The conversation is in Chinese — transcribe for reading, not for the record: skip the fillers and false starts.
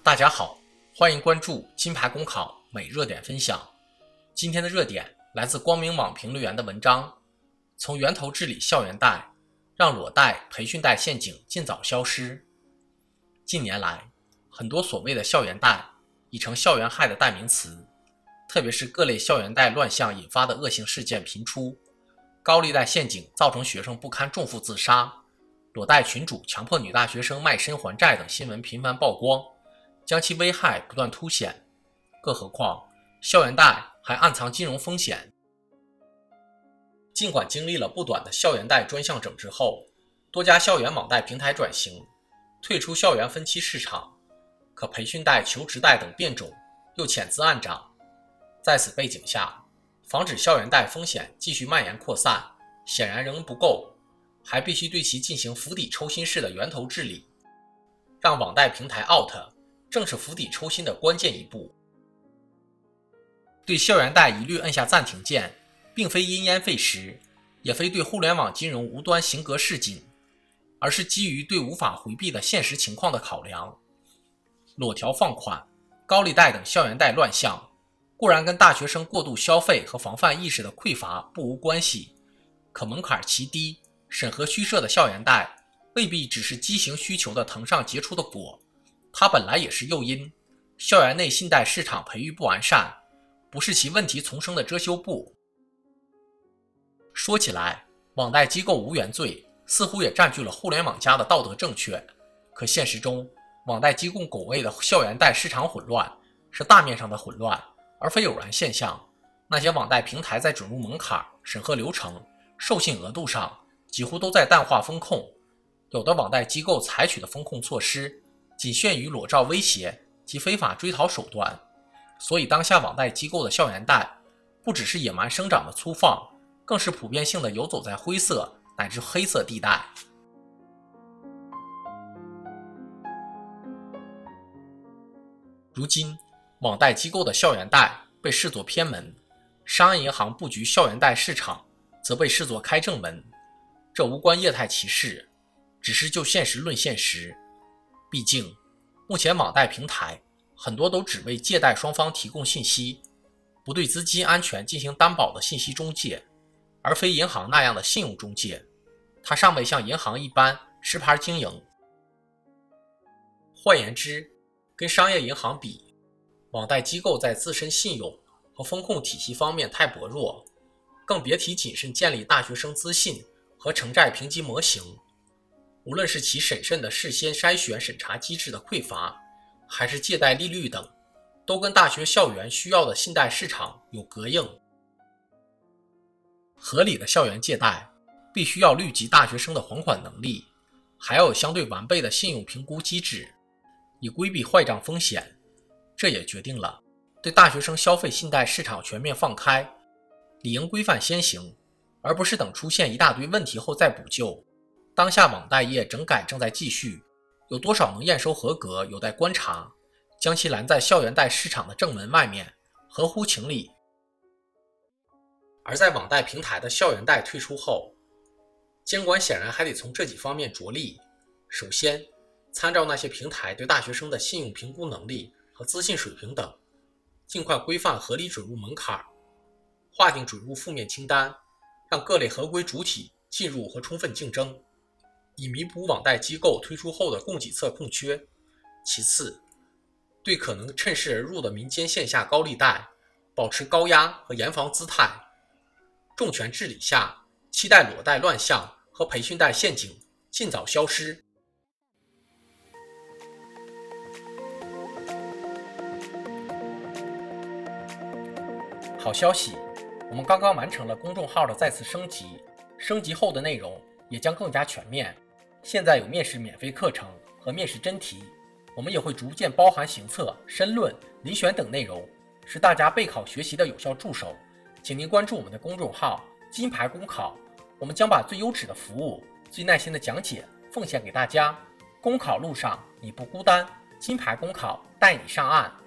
大家好，欢迎关注金牌公考每热点分享。今天的热点来自光明网评论员的文章，从源头治理校园贷，让裸贷、培训贷陷阱尽早消失。近年来，很多所谓的校园贷已成校园害的代名词，特别是各类校园贷乱象引发的恶性事件频出，高利贷陷阱造成学生不堪重负自杀，裸贷群主强迫女大学生卖身还债等新闻频繁曝光，将其危害不断凸显。更何况，校园贷还暗藏金融风险。尽管经历了不短的校园贷专项整治后，多家校园网贷平台转型，退出校园分期市场，可培训贷、求职贷等变种又潜滋暗长。在此背景下，防止校园贷风险继续蔓延扩散，显然仍不够。还必须对其进行釜底抽薪式的源头治理，让网贷平台 out 正是釜底抽薪的关键一步。对校园贷一律按下暂停键，并非因噎废食，也非对互联网金融无端行格示紧，而是基于对无法回避的现实情况的考量。裸条放款、高利贷等校园贷乱象，固然跟大学生过度消费和防范意识的匮乏不无关系，可门槛极低，审核虚设的校园贷未必只是畸形需求的藤上结出的果，它本来也是诱因。校园内信贷市场培育不完善，不是其问题丛生的遮羞布。说起来，网贷机构无原罪似乎也占据了互联网加的道德正确，可现实中，网贷机构拱卫的校园贷市场混乱是大面上的混乱，而非偶然现象。那些网贷平台在准入门槛、审核流程、授信额度上几乎都在淡化风控，有的网贷机构采取的风控措施仅限于裸照威胁及非法追讨手段，所以当下网贷机构的校园贷不只是野蛮生长的粗放，更是普遍性的游走在灰色乃至黑色地带。如今，网贷机构的校园贷被视作偏门，商业银行布局校园贷市场则被视作开正门。这无关业态歧视，只是就现实论现实。毕竟，目前网贷平台很多都只为借贷双方提供信息，不对资金安全进行担保的信息中介，而非银行那样的信用中介。它尚未像银行一般持牌经营。换言之，跟商业银行比，网贷机构在自身信用和风控体系方面太薄弱，更别提谨慎建立大学生资信和城债评级模型。无论是其审慎的事先筛选审查机制的匮乏，还是借贷利率等，都跟大学校园需要的信贷市场有隔应。合理的校园借贷必须要虑及大学生的还款能力，还要有相对完备的信用评估机制，以规避坏账风险。这也决定了对大学生消费信贷市场全面放开，理应规范先行，而不是等出现一大堆问题后再补救。当下网贷业整改正在继续，有多少能验收合格有待观察，将其拦在校园贷市场的正门外面，合乎情理。而在网贷平台的校园贷退出后，监管显然还得从这几方面着力。首先，参照那些平台对大学生的信用评估能力和资信水平等，尽快规范合理准入门槛，划定准入负面清单，让各类合规主体进入和充分竞争，以弥补网贷机构推出后的供给侧空缺。其次，对可能趁势而入的民间线下高利贷保持高压和严防姿态，重拳治理下，期待裸贷乱象和培训贷陷阱尽早消失。好消息，我们刚刚完成了公众号的再次升级，升级后的内容也将更加全面。现在有面试免费课程和面试真题，我们也会逐渐包含行测、申论、遴选等内容，是大家备考学习的有效助手。请您关注我们的公众号金牌公考，我们将把最优质的服务、最耐心的讲解奉献给大家。公考路上你不孤单，金牌公考带你上岸。